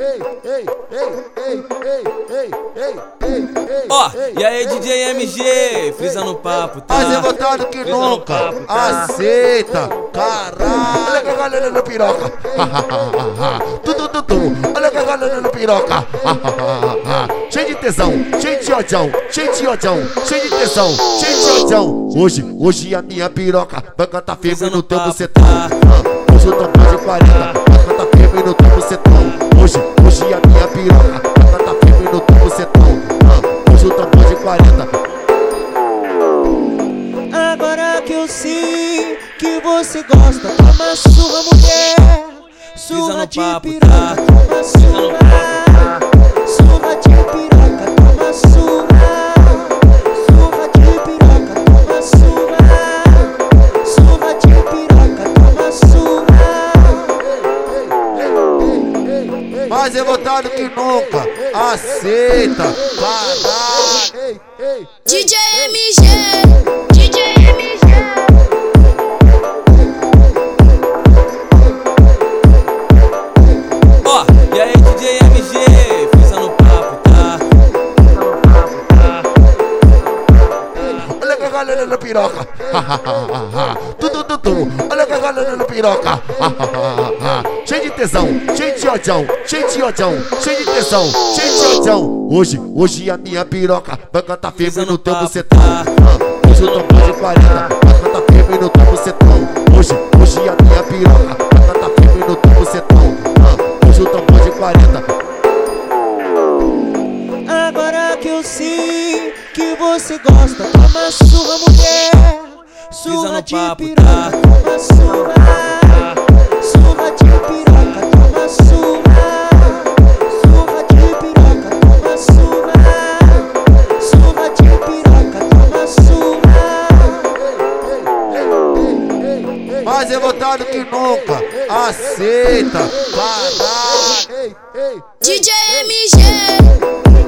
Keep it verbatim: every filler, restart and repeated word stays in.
Ó, e aí D J M G, frisa no papo, tá? Mais revoltado que nunca, aceita, caralho. Olha que a galera no piroca, tudo, tudo, olha que a galera no piroca. Cheio de tesão, cheio de odião, cheio de odião, cheio de tesão, cheio de odião. Hoje, hoje a minha piroca vai cantar firme no teu bucetão. Hoje eu tô mais de quarenta, vai cantar firme no teu bucetão. Hoje, hoje a minha piroca vai cantar firme no teu bucetão. Hoje eu tô mais de quarenta. Agora que eu sei que você gosta, toma surra, mulher. Surra de piroca, toma surra. Surra de piroca, toma surra. Surra de piroca, toma surra. Surra de piroca, toma surra. Mais revoltado que nunca, aceita, caralho. D J M G, D J M G. Ó, e aí D J M G, frisa no papo, tá? Olha que a galera no piroca, tudo, tudo, olha que a galera no piroca. Cheio de tesão, cheio de odião, cheio de odião, cheio de tesão, cheio de odião. Hoje, hoje a minha piroca vai cantar firme no teu bucetão. Hoje eu tô mais de quarenta, vai cantar firme no teu bucetão. Hoje, hoje a minha piroca vai cantar firme no teu bucetão. Hoje eu tô mais de quarenta. Agora que eu sei que você gosta, toma surra, mulher. Surra de piroca, toma surra. Surra de piroca, toma surra. Surra de piroca, toma surra. Surra de piroca, toma surra. Mais revoltado que nunca, aceita, caralho. D J M G.